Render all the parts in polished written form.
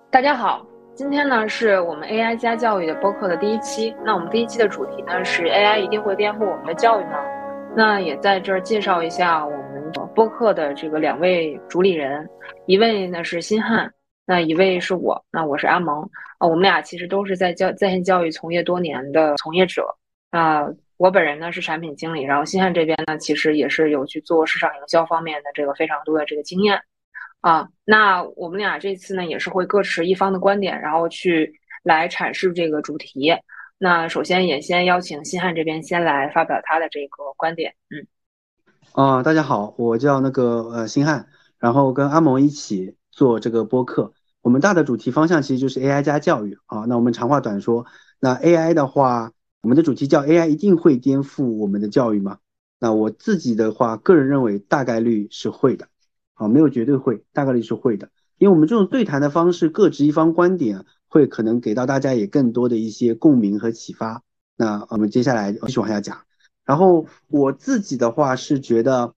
大家好，今天呢是我们 AI 加教育的播客的第一期。那我们第一期的主题呢是 AI 一定会颠覆我们的教育吗？那也在这儿介绍一下我们播客的这个两位主理人，一位呢是辛汉，那一位是我，那我是阿蒙我们俩其实都是在线教育从业多年的从业者。我本人呢是产品经理，然后辛汉这边呢其实也是有去做市场营销方面的这个非常多的这个经验。那我们俩这次呢也是会各持一方的观点，然后去来阐释这个主题。那首先也先邀请西汉这边先来发表他的这个观点。 大家好，我叫星汉，然后跟阿蒙一起做这个播客。我们大的主题方向其实就是 AI 加教育啊。那我们长话短说，那 AI 的话，我们的主题叫 AI 一定会颠覆我们的教育吗？那我自己的话，个人认为大概率是会的，没有绝对会，大概率是会的。因为我们这种对谈的方式，各执一方观点，会可能给到大家也更多的一些共鸣和启发。那我们接下来继续往下讲。然后我自己的话是觉得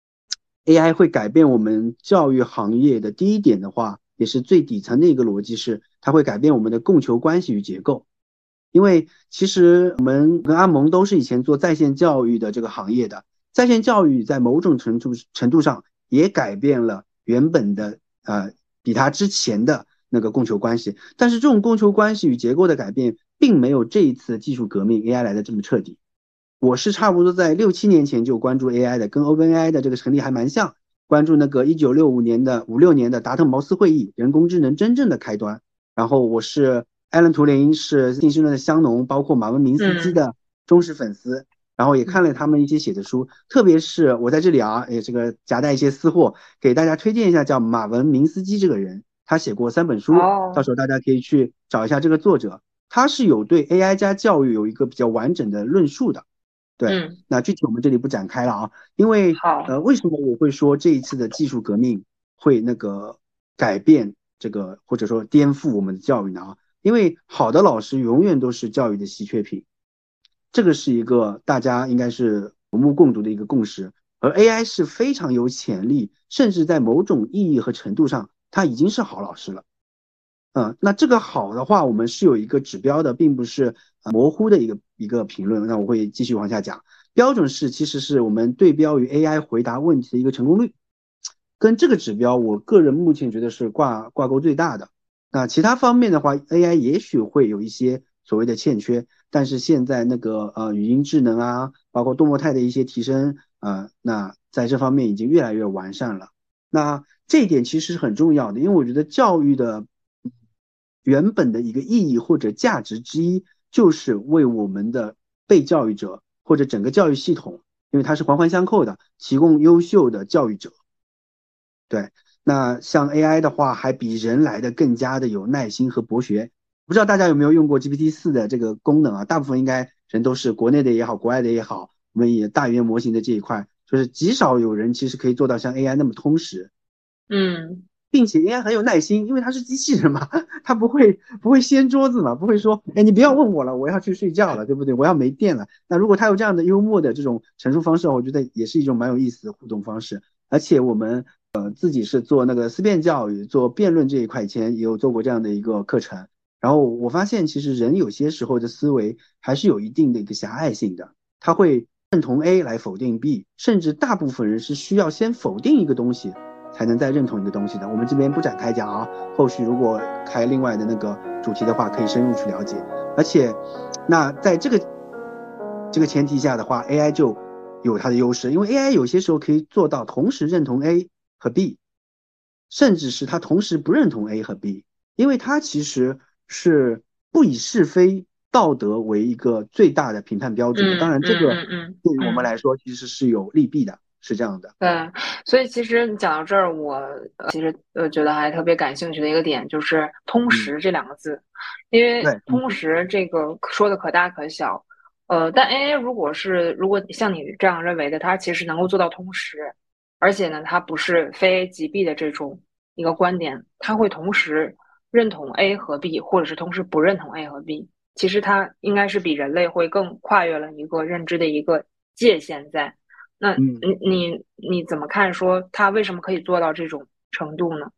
AI 会改变我们教育行业的第一点的话，也是最底层的一个逻辑是，它会改变我们的供求关系与结构。因为其实我们跟阿蒙都是以前做在线教育的这个行业的，在线教育在某种程度上也改变了原本的比它之前的那个供求关系，但是这种供求关系与结构的改变，并没有这一次技术革命 AI 来的这么彻底。我是差不多在6、7年前就关注 AI 的，跟 OpenAI 的这个成立还蛮像，关注那个1965年的达特茅斯会议，人工智能真正的开端。然后我是艾伦图灵，是信息论的香农，包括马文明斯基嗯的忠实粉丝，然后也看了他们一些写的书，特别是我在这里也这个夹带一些私货，给大家推荐一下叫马文明斯基这个人，他写过3本书，到哦时候大家可以去找一下这个作者，他是有对 AI 加教育有一个比较完整的论述的。对， 嗯那具体我们这里不展开了啊，因为好为什么我会说这一次的技术革命会改变这个或者说颠覆我们的教育呢？因为好的老师永远都是教育的稀缺品，这个是一个大家应该是有目共睹的一个共识。而 AI 是非常有潜力，甚至在某种意义和程度上，它已经是好老师了。那这个好的话，我们是有一个指标的，并不是模糊的一个评论。那我会继续往下讲。标准是其实是我们对标于 AI 回答问题的一个成功率，跟这个指标，我个人目前觉得是挂钩最大的。那其他方面的话，AI 也许会有一些所谓的欠缺，但是现在语音智能啊，包括多模态的一些提升那在这方面已经越来越完善了。那这一点其实是很重要的，因为我觉得教育的原本的一个意义或者价值之一，就是为我们的被教育者或者整个教育系统，因为它是环环相扣的，提供优秀的教育者。对，那像 AI 的话，还比人来的更加的有耐心和博学。不知道大家有没有用过 GPT-4的这个功能啊？大部分应该人都是国内的也好，国外的也好，我们也大语言模型的这一块，就是极少有人其实可以做到像 AI 那么通识。 嗯并且 AI 很有耐心，因为它是机器人嘛，它不会掀桌子嘛，不会说，哎，你不要问我了，我要去睡觉了，对不对？我要没电了。那如果它有这样的幽默的这种陈述方式，我觉得也是一种蛮有意思的互动方式。而且我们自己是做那个思辨教育、做辩论这一块，以前也有做过这样的一个课程。然后我发现，其实人有些时候的思维还是有一定的一个狭隘性的，他会认同 A 来否定 B，甚至大部分人是需要先否定一个东西，才能再认同一个东西的。我们这边不展开讲啊，后续如果开另外的那个主题的话，可以深入去了解。而且，那在这个前提下的话，AI 就有它的优势，因为 AI 有些时候可以做到同时认同 A 和 B，甚至是它同时不认同 A 和 B，因为它其实是不以是非道德为一个最大的评判标准的。当然，这个对于我们来说其实是有利弊的，是这样的。 对，所以其实你讲到这儿，我其实觉得还特别感兴趣的一个点就是"通嗯， 识"这两个字，因为对， 通识这个说的可大可小，但 AI 如果像你这样认为的，它其实能够做到通识，而且呢，它不是非 A 即 B 的这种一个观点，它会同时认同 A 和 B，或者是同时不认同 A 和 B，其实它应该是比人类会更跨越了一个认知的一个界限在。那嗯。 你怎么看？说他为什么可以做到这种程度呢？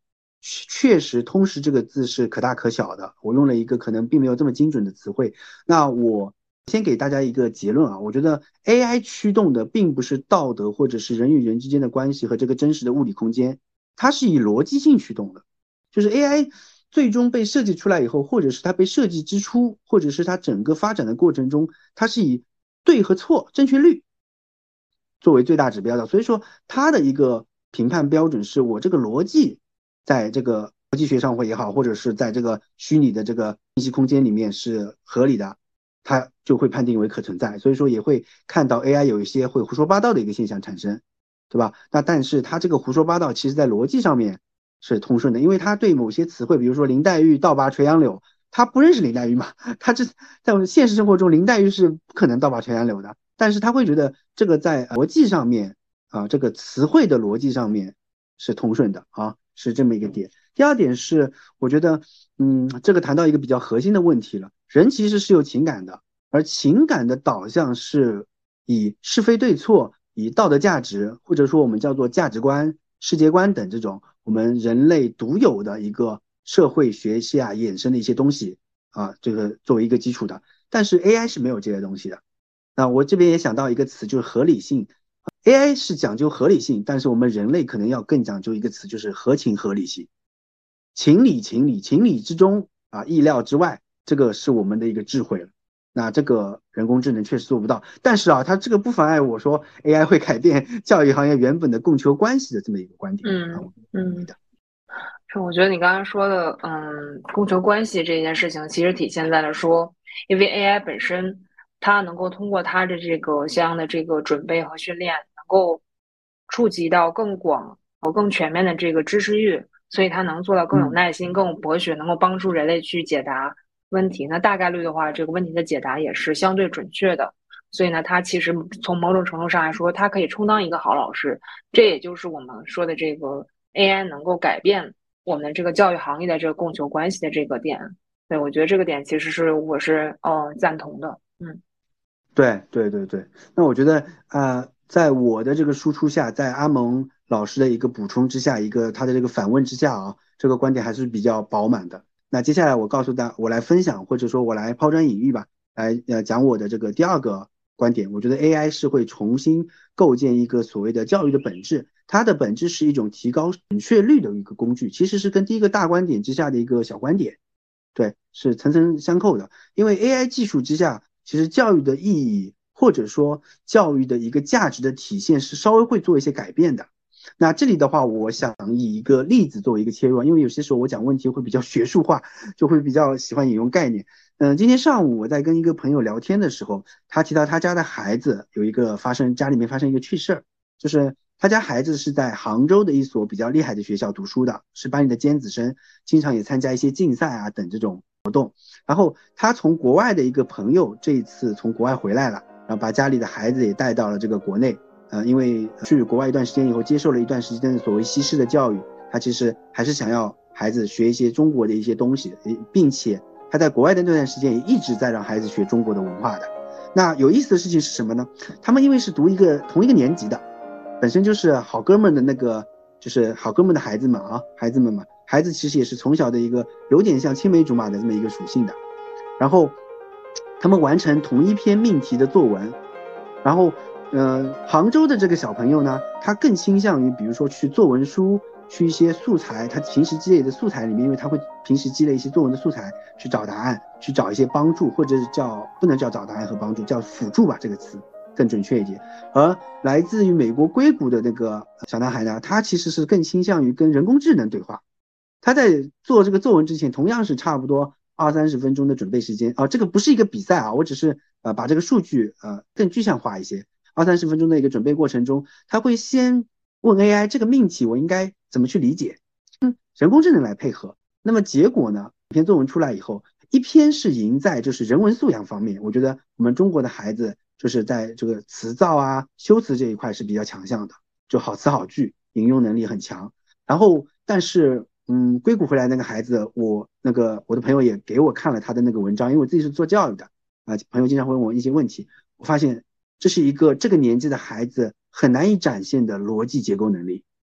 确实通识这个字是可大可小的，我用了一个可能并没有这么精准的词汇。那我先给大家一个结论啊，我觉得 AI 驱动的并不是道德或者是人与人之间的关系和这个真实的物理空间，它是以逻辑性驱动的。就是 AI 最终被设计出来以后，或者是它被设计之初，或者是它整个发展的过程中，它是以对和错、正确率作为最大指标的。所以说，它的一个评判标准是我这个逻辑在这个逻辑学上会也好，或者是在这个虚拟的这个信息空间里面是合理的，它就会判定为可存在。所以说也会看到 AI 有一些会胡说八道的一个现象产生，对吧？那但是它这个胡说八道，其实在逻辑上面是通顺的，因为它对某些词汇，比如说林黛玉倒拔垂杨柳，他不认识林黛玉嘛，他这在我们现实生活中，林黛玉是不可能倒拔垂杨柳的，但是他会觉得这个在逻辑上面啊，这个词汇的逻辑上面是通顺的啊，是这么一个点。第二点是，我觉得，这个谈到一个比较核心的问题了，人其实是有情感的，而情感的导向是以是非对错，以道德价值，或者说我们叫做价值观、世界观等这种我们人类独有的一个社会学系啊衍生的一些东西啊，这个作为一个基础的。但是 AI 是没有这些东西的。那我这边也想到一个词，就是合理性。AI 是讲究合理性，但是我们人类可能要更讲究一个词，就是合情合理性。情理情理，情理之中啊，意料之外，这个是我们的一个智慧了。那这个人工智能确实做不到，但是啊，它这个不妨碍我说 AI 会改变教育行业原本的供求关系的这么一个观点啊。 是，我觉得你刚才说的，供求关系这件事情，其实体现在了说，因为 AI 本身它能够通过它的这个相应的这个准备和训练，能够触及到更广和更全面的这个知识域，所以它能做到更有耐心、更有博学，能够帮助人类去解答问题。那大概率的话，这个问题的解答也是相对准确的。所以呢，它其实从某种程度上来说，它可以充当一个好老师。这也就是我们说的这个 AI 能够改变我们这个教育行业的这个供求关系的这个点。对，我觉得这个点其实是我是赞同的。 对对对对，那我觉得在我的这个输出下，在阿蒙老师的一个补充之下，一个他的这个反问之下啊，这个观点还是比较饱满的。那接下来我告诉大家，我来分享或者说我来抛砖引玉吧，来讲我的这个第二个观点。我觉得 AI 是会重新构建一个所谓的教育的本质，它的本质是一种提高准确率的一个工具，其实是跟第一个大观点之下的一个小观点，对，是层层相扣的。因为 AI 技术之下，其实教育的意义或者说教育的一个价值的体现是稍微会做一些改变的。那这里的话，我想以一个例子作为一个切入，因为有些时候我讲问题会比较学术化，就会比较喜欢引用概念。今天上午我在跟一个朋友聊天的时候，他提到他家的孩子有一个家里面发生一个趣事儿，就是他家孩子是在杭州的一所比较厉害的学校读书的，是班里的尖子生，经常也参加一些竞赛啊等这种活动。然后他从国外的一个朋友这一次从国外回来了，然后把家里的孩子也带到了这个国内。因为去国外一段时间以后，接受了一段时间的所谓西式的教育，他其实还是想要孩子学一些中国的一些东西，并且他在国外的那段时间也一直在让孩子学中国的文化的。那有意思的事情是什么呢？他们因为是读同一个年级的，本身就是好哥们的就是好哥们的孩子们啊，孩子其实也是从小的一个有点像青梅竹马的这么一个属性的。然后他们完成同一篇命题的作文，然后杭州的这个小朋友呢，他更倾向于比如说去作文书，去一些素材，他平时积累的素材里面，因为他会平时积累一些作文的素材去找答案，去找一些帮助，或者是不能叫找答案和帮助，叫辅助吧，这个词更准确一点。而来自于美国硅谷的那个小男孩呢，他其实是更倾向于跟人工智能对话。他在做这个作文之前，同样是差不多20-30分钟的准备时间啊，这个不是一个比赛啊，我只是把这个数据更具象化一些。20-30分钟的一个准备过程中，他会先问 AI 这个命题我应该怎么去理解，人工智能来配合。那么结果呢，一篇作文出来以后，一篇是赢在就是人文素养方面，我觉得我们中国的孩子就是在这个词造啊、修辞这一块是比较强项的，就好词好句，引用能力很强。然后但是硅谷回来那个孩子，我的朋友也给我看了他的那个文章，因为我自己是做教育的朋友经常会问我一些问题，我发现这是一个这个年纪的孩子很难以展现的逻辑结构能力。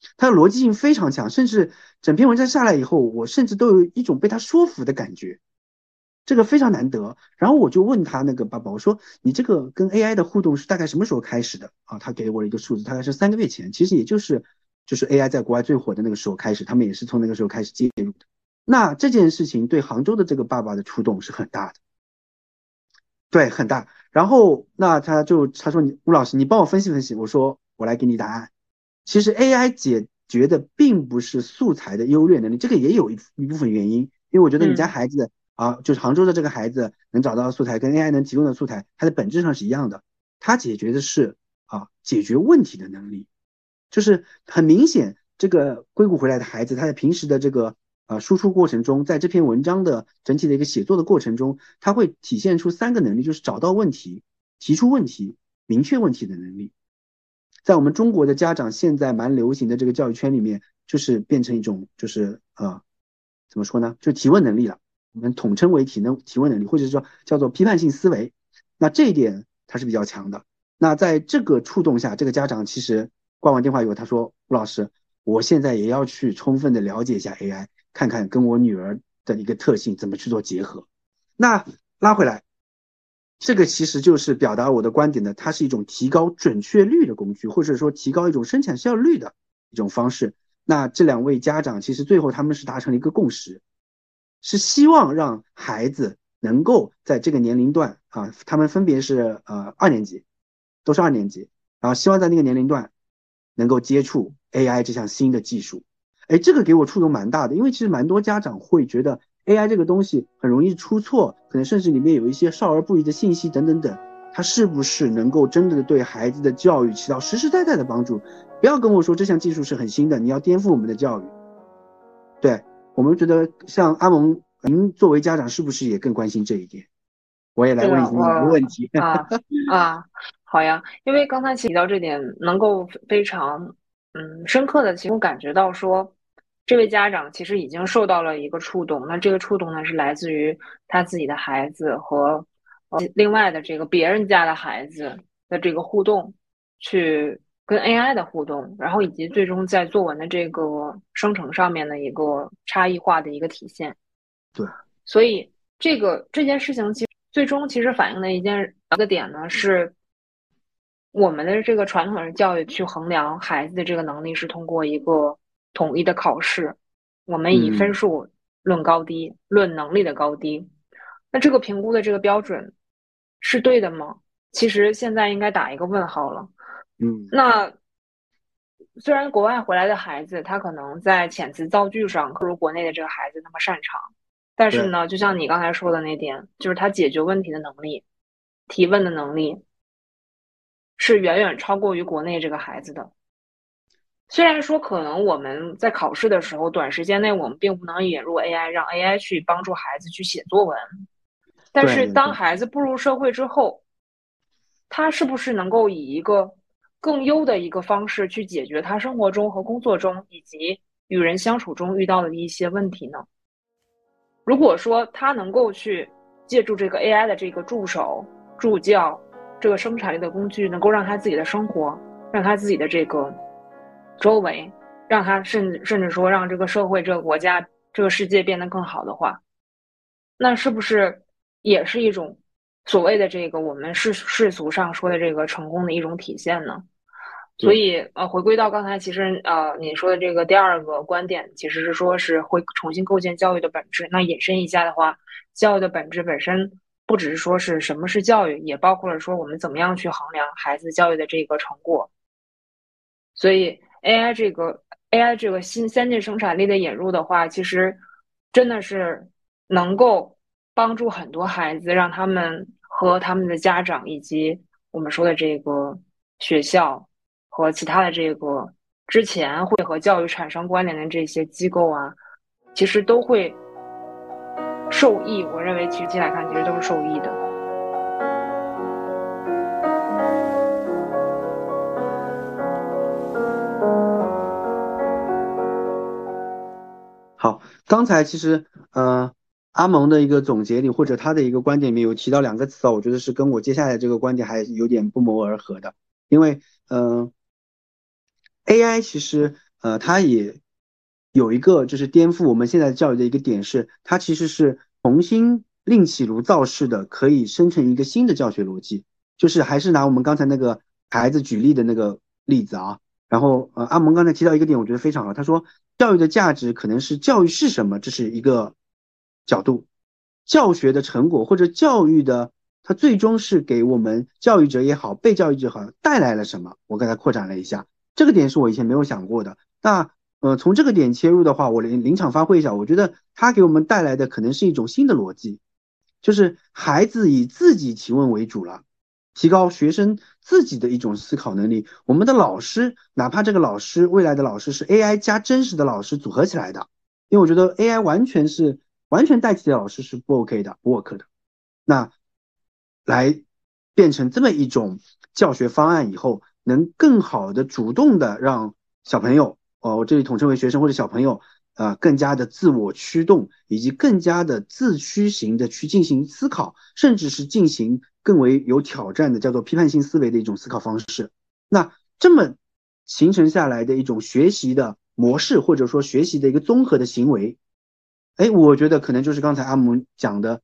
它的逻辑性非常强，甚至整篇文章下来以后，我甚至都有一种被他说服的感觉，这个非常难得。然后我就问他那个爸爸，我说你这个跟 AI 的互动是大概什么时候开始的啊？他给我了一个数字，大概是3个月前，其实也就是 AI 在国外最火的那个时候开始，他们也是从那个时候开始介入的。那这件事情对杭州的这个爸爸的触动是很大的，对，很大。然后那他说吴老师你帮我分析分析，我说我来给你答案。其实 AI 解决的并不是素材的优劣能力，这个也有一部分原因，因为我觉得你家孩子啊，就是杭州的这个孩子能找到的素材跟 AI 能提供的素材，它的本质上是一样的，它解决的是解决问题的能力，就是很明显，这个硅谷回来的孩子，他在平时的这个输出过程中，在这篇文章的整体的一个写作的过程中，他会体现出3个能力，就是找到问题、提出问题、明确问题的能力。在我们中国的家长现在蛮流行的这个教育圈里面，就是变成一种就是怎么说呢，就提问能力了。我们统称为提问能力，或者说叫做批判性思维。那这一点他是比较强的。那在这个触动下，这个家长其实挂完电话以后，他说：“吴老师，我现在也要去充分的了解一下 AI，看看跟我女儿的一个特性怎么去做结合。”那拉回来，这个其实就是表达我的观点的，它是一种提高准确率的工具，或者说提高一种生产效率的一种方式。那这2位家长其实最后他们是达成了一个共识，是希望让孩子能够在这个年龄段他们分别是2年级，都是2年级，然后希望在那个年龄段能够接触 AI 这项新的技术。哎，这个给我触动蛮大的，因为其实蛮多家长会觉得 AI 这个东西很容易出错，可能甚至里面有一些少儿不宜的信息等等等，它是不是能够真的对孩子的教育起到实实在在的帮助？不要跟我说这项技术是很新的，你要颠覆我们的教育。对，我们觉得像阿蒙，您作为家长是不是也更关心这一点？我也来是的， 问一个问题。 啊啊，好呀，因为刚才提到这点，能够非常深刻的，其实我感觉到说，这位家长其实已经受到了一个触动。那这个触动呢，是来自于他自己的孩子和另外的这个别人家的孩子的这个互动，去跟 AI 的互动，然后以及最终在作文的这个生成上面的一个差异化的一个体现。 对， 所以这件事情最终其实反映的一个点呢，是我们的这个传统的教育去衡量孩子的这个能力是通过一个统一的考试，我们以分数论高低，论能力的高低。那这个评估的这个标准是对的吗？其实现在应该打一个问号了。那虽然国外回来的孩子，他可能在遣词造句上不如国内的这个孩子那么擅长，但是呢，就像你刚才说的那点，就是他解决问题的能力、提问的能力，是远远超过于国内这个孩子的。虽然说可能我们在考试的时候，短时间内我们并不能引入 AI，让 AI 去帮助孩子去写作文，但是当孩子步入社会之后，他是不是能够以一个更优的一个方式去解决他生活中和工作中以及与人相处中遇到的一些问题呢？如果说他能够去借助这个 AI 的这个助手、助教这个生产力的工具，能够让他自己的生活，让他自己的这个周围，让他甚至说让这个社会、这个国家、这个世界变得更好的话，那是不是也是一种所谓的这个我们世俗上说的这个成功的一种体现呢？所以回归到刚才，其实你说的这个第2个观点，其实是说是会重新构建教育的本质。那引申一下的话，教育的本质本身不只是说是什么是教育，也包括了说我们怎么样去衡量孩子教育的这个成果。所以 AI 这个新先进生产力的引入的话，其实真的是能够帮助很多孩子，让他们和他们的家长以及我们说的这个学校和其他的这个之前会和教育产生关联的这些机构啊，其实都会受益。我认为其实来看，其实都是受益的。 好，刚才其实阿蒙的一个总结里，或者他的一个观点里面有提到2个词我觉得是跟我接下来这个观点还有点不谋而合的。因为AI 其实它也有一个就是颠覆我们现在教育的一个点是，它其实是重新另起炉灶式的，可以生成一个新的教学逻辑。就是还是拿我们刚才那个孩子举例的那个例子啊，然后阿蒙刚才提到一个点，我觉得非常好，他说教育的价值可能是教育是什么，这是一个角度，教学的成果或者教育的。它最终是给我们教育者也好，被教育者也好带来了什么？我刚才扩展了一下，这个点是我以前没有想过的。那从这个点切入的话，我临场发挥一下，我觉得它给我们带来的可能是一种新的逻辑，就是孩子以自己提问为主了，提高学生自己的一种思考能力。我们的老师，哪怕这个老师未来的老师是 AI 加真实的老师组合起来的，因为我觉得 AI 完全代替的老师是不 OK 的，不 work 的。那来变成这么一种教学方案以后，能更好的主动的让小朋友，我这里统称为学生或者小朋友，更加的自我驱动，以及更加的自驱型的去进行思考，甚至是进行更为有挑战的叫做批判性思维的一种思考方式。那这么形成下来的一种学习的模式，或者说学习的一个综合的行为，我觉得可能就是刚才阿姆讲的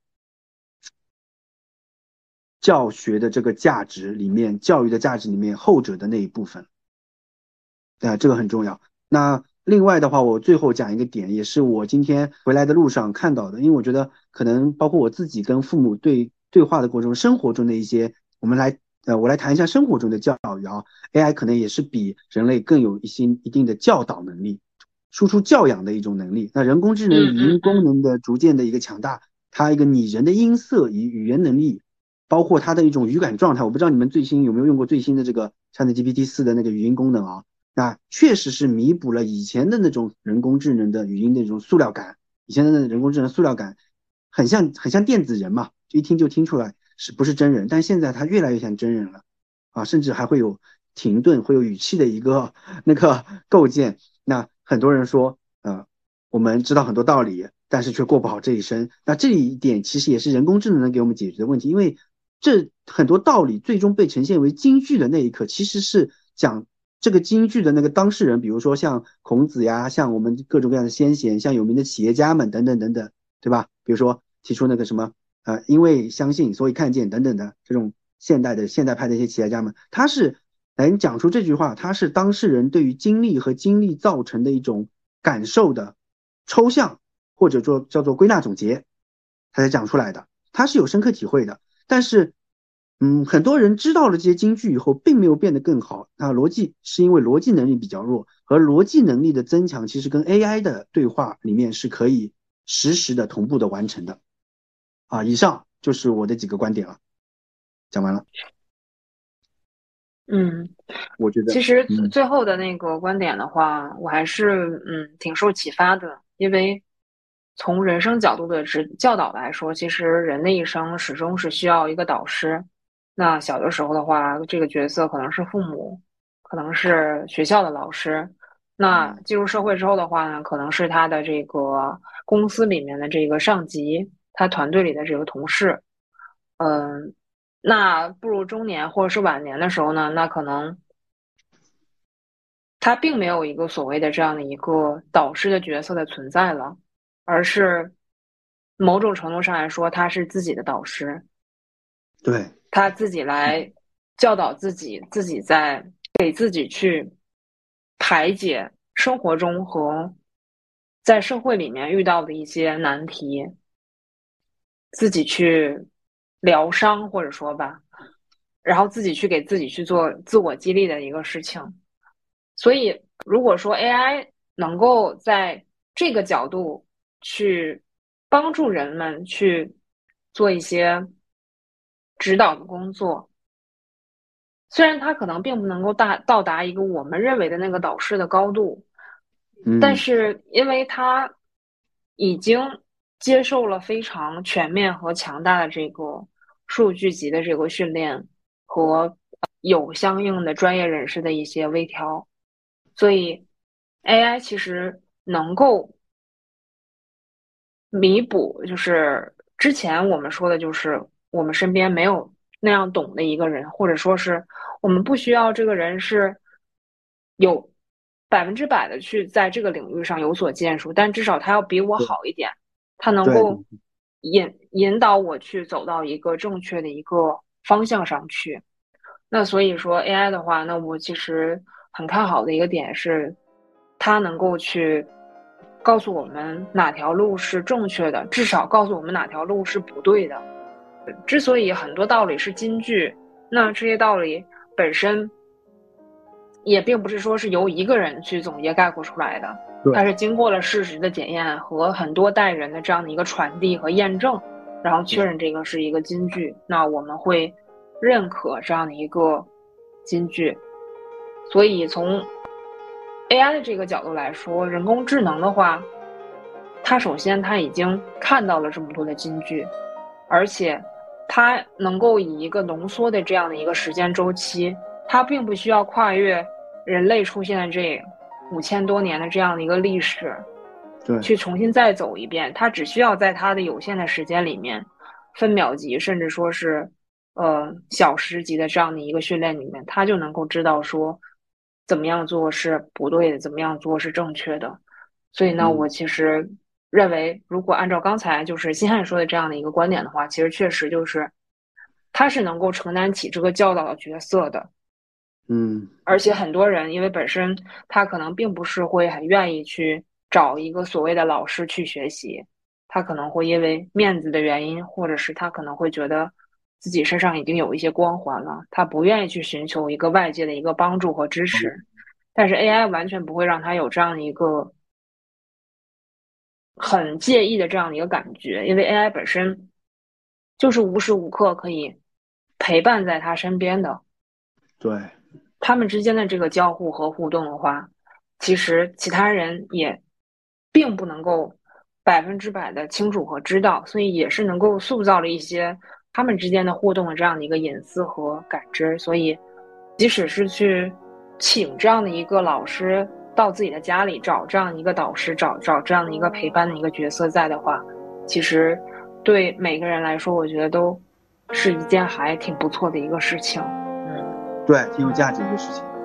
教学的这个价值里面，教育的价值里面后者的那一部分，这个很重要。那另外的话，我最后讲一个点，也是我今天回来的路上看到的，因为我觉得可能包括我自己跟父母对话的过程中，生活中的一些，我来谈一下生活中的教育啊，AI 可能也是比人类更有一定的教导能力，输出教养的一种能力。那人工智能语音功能的逐渐的一个强大，它一个拟人的音色与语言能力，包括它的一种语感状态，我不知道你们最新有没有用过最新的这个 ChatGPT 4的那个语音功能啊？那确实是弥补了以前的那种人工智能的语音的那种塑料感，以前的那人工智能塑料感很像电子人嘛，就一听就听出来是不是真人，但现在它越来越像真人了啊，甚至还会有停顿，会有语气的一个那个构建。那很多人说，我们知道很多道理，但是却过不好这一生。那这一点其实也是人工智能能给我们解决的问题，因为这很多道理最终被呈现为金句的那一刻，其实是讲这个京剧的那个当事人，比如说像孔子呀，像我们各种各样的先贤，像有名的企业家们等等等等，对吧？比如说提出那个什么因为相信所以看见等等的这种现代派的一些企业家们，他是能讲出这句话，他是当事人对于经历和经历造成的一种感受的抽象，或者说叫做归纳总结，他才讲出来的，他是有深刻体会的。但是很多人知道了这些金句以后，并没有变得更好。那逻辑是因为逻辑能力比较弱，而逻辑能力的增强，其实跟 AI 的对话里面是可以实时的同步的完成的。以上就是我的几个观点了，讲完了。我觉得， 其实最后的那个观点的话，我还是挺受启发的，因为从人生角度的教导来说，其实人的一生始终是需要一个导师。那小的时候的话，这个角色可能是父母，可能是学校的老师。那进入社会之后的话呢，可能是他的这个公司里面的这个上级，他团队里的这个同事。嗯，那步入中年或者是晚年的时候呢，那可能他并没有一个所谓的这样的一个导师的角色的存在了，而是某种程度上来说，他是自己的导师， 对， 他自己来教导自己，自己在给自己去排解生活中和在社会里面遇到的一些难题，自己去疗伤，或者说吧，然后自己去给自己去做自我激励的一个事情。所以，如果说 AI 能够在这个角度去帮助人们去做一些指导的工作，虽然它可能并不能够到达一个我们认为的那个导师的高度，但是因为它已经接受了非常全面和强大的这个数据集的这个训练和有相应的专业人士的一些微调，所以 AI 其实能够弥补，就是之前我们说的，就是我们身边没有那样懂的一个人，或者说是我们不需要这个人是有 100%的去在这个领域上有所建树，但至少他要比我好一点，他能对够引导我去走到一个正确的一个方向上去。那所以说 AI 的话，那我其实很看好的一个点是，它能够去告诉我们哪条路是正确的，至少告诉我们哪条路是不对的。之所以很多道理是金句，那这些道理本身也并不是说是由一个人去总结概括出来的，它是经过了事实的检验和很多代人的这样的一个传递和验证，然后确认这个是一个金句，那我们会认可这样的一个金句。所以从 AI 的这个角度来说，人工智能的话，它首先它已经看到了这么多的金句，而且它能够以一个浓缩的这样的一个时间周期，它并不需要跨越人类出现的这5000多年的这样的一个历史， 对， 去重新再走一遍。它只需要在它的有限的时间里面，分秒级甚至说是小时级的这样的一个训练里面，它就能够知道说怎么样做是不对的，怎么样做是正确的。所以呢，我其实认为，如果按照刚才就是辛汉说的这样的一个观点的话，其实确实就是他是能够承担起这个教导的角色的。而且很多人因为本身他可能并不是会很愿意去找一个所谓的老师去学习，他可能会因为面子的原因，或者是他可能会觉得自己身上已经有一些光环了，他不愿意去寻求一个外界的一个帮助和支持。但是 AI 完全不会让他有这样的一个很介意的这样的一个感觉，因为 AI 本身就是无时无刻可以陪伴在他身边的。 对， 他们之间的这个交互和互动的话，其实其他人也并不能够100%的清楚和知道，所以也是能够塑造了一些他们之间的互动的这样的一个隐私和感知。所以，即使是去请这样的一个老师到自己的家里找这样一个导师，找这样的一个陪伴的一个角色在的话，其实对每个人来说，我觉得都是一件还挺不错的一个事情。 对，挺有价值的一个事情。